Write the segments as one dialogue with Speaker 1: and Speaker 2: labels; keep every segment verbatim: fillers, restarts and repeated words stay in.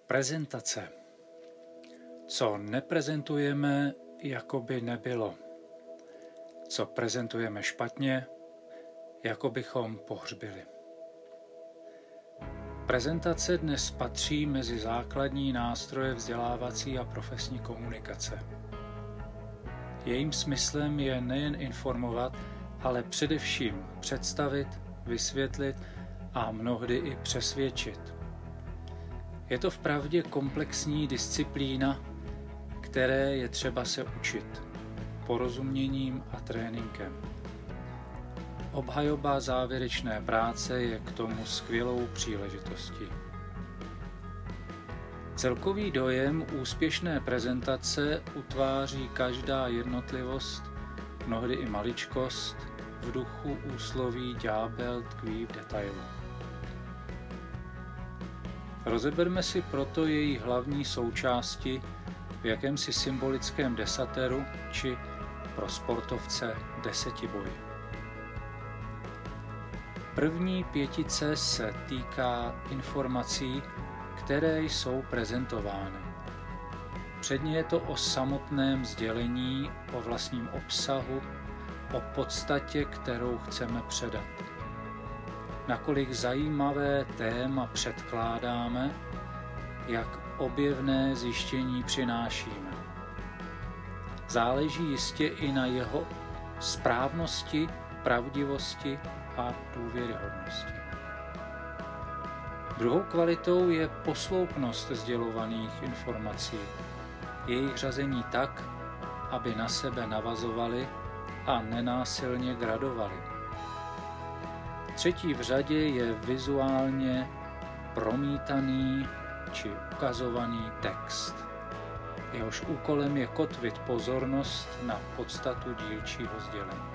Speaker 1: Prezentace. Co neprezentujeme, jako by nebylo. Co prezentujeme špatně, jako bychom pohřbili. Prezentace dnes patří mezi základní nástroje vzdělávací a profesní komunikace. Jejím smyslem je nejen informovat, ale především představit, vysvětlit a mnohdy i přesvědčit. Je to vpravdě komplexní disciplína, které je třeba se učit porozuměním a tréninkem. Obhajoba závěrečné práce je k tomu skvělou příležitostí. Celkový dojem úspěšné prezentace utváří každá jednotlivost, mnohdy i maličkost, v duchu úsloví ďábel tkví v detailu. Rozeberme si proto její hlavní součásti v jakémsi symbolickém desateru či pro sportovce desetiboji. První pětice se týká informací, které jsou prezentovány. Předně je to o samotném sdělení, o vlastním obsahu, o podstatě, kterou chceme předat. Nakolik zajímavé téma předkládáme, jak objevné zjištění přinášíme. Záleží jistě i na jeho správnosti, pravdivosti a důvěryhodnosti. Druhou kvalitou je posloupnost sdělovaných informací, jejich řazení tak, aby na sebe navazovaly a nenásilně gradovaly. Třetí v řadě je vizuálně promítaný či ukazovaný text. Jehož úkolem je kotvit pozornost na podstatu dílčího sdělení.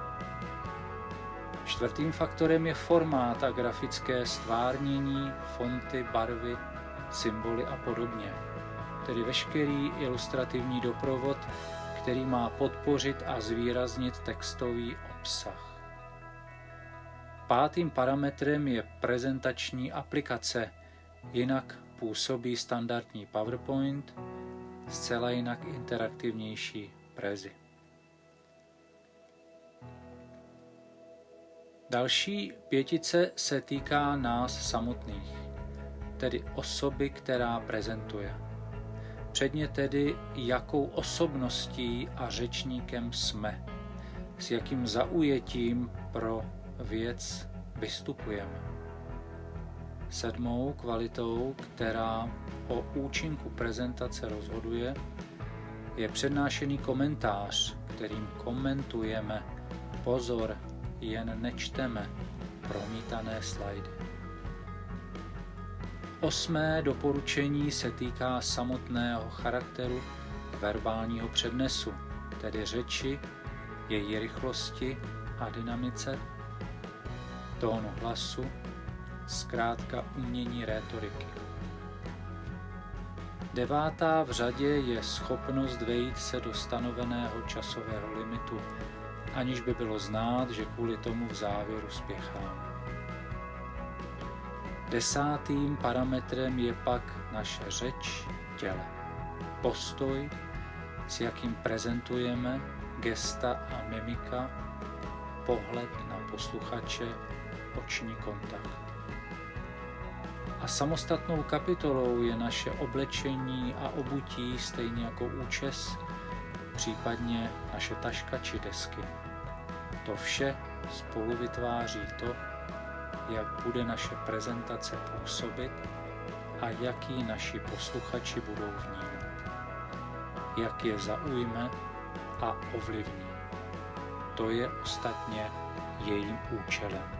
Speaker 1: Čtvrtým faktorem je formát a grafické stvárnění, fonty, barvy, symboly a podobně, tedy veškerý ilustrativní doprovod, který má podpořit a zvýraznit textový obsah. Pátým parametrem je prezentační aplikace, jinak působí standardní PowerPoint, zcela jinak interaktivnější Prezi. Další pětice se týká nás samotných, tedy osoby, která prezentuje. Předně tedy, jakou osobností a řečníkem jsme, s jakým zaujetím pro věc vystupujeme. Sedmou kvalitou, která o účinku prezentace rozhoduje, je přednášený komentář, kterým komentujeme, pozor, jen nečteme promítané slajdy. Osmé doporučení se týká samotného charakteru verbálního přednesu, tedy řeči, její rychlosti a dynamice, tónu hlasu, zkrátka umění rétoriky. Devátá v řadě je schopnost vejít se do stanoveného časového limitu, aniž by bylo znát, že kvůli tomu v závěru spěcháme. Desátým parametrem je pak naše řeč v těle, postoj, s jakým prezentujeme, gesta a mimika, pohled na posluchače, oční kontakt. A samostatnou kapitolou je naše oblečení a obutí, stejně jako účes, případně naše taška či desky. To vše spolu vytváří to, jak bude naše prezentace působit a jaký naši posluchači budou vnímat. Jak je zaujme a ovlivní. To je ostatně jejím účelem.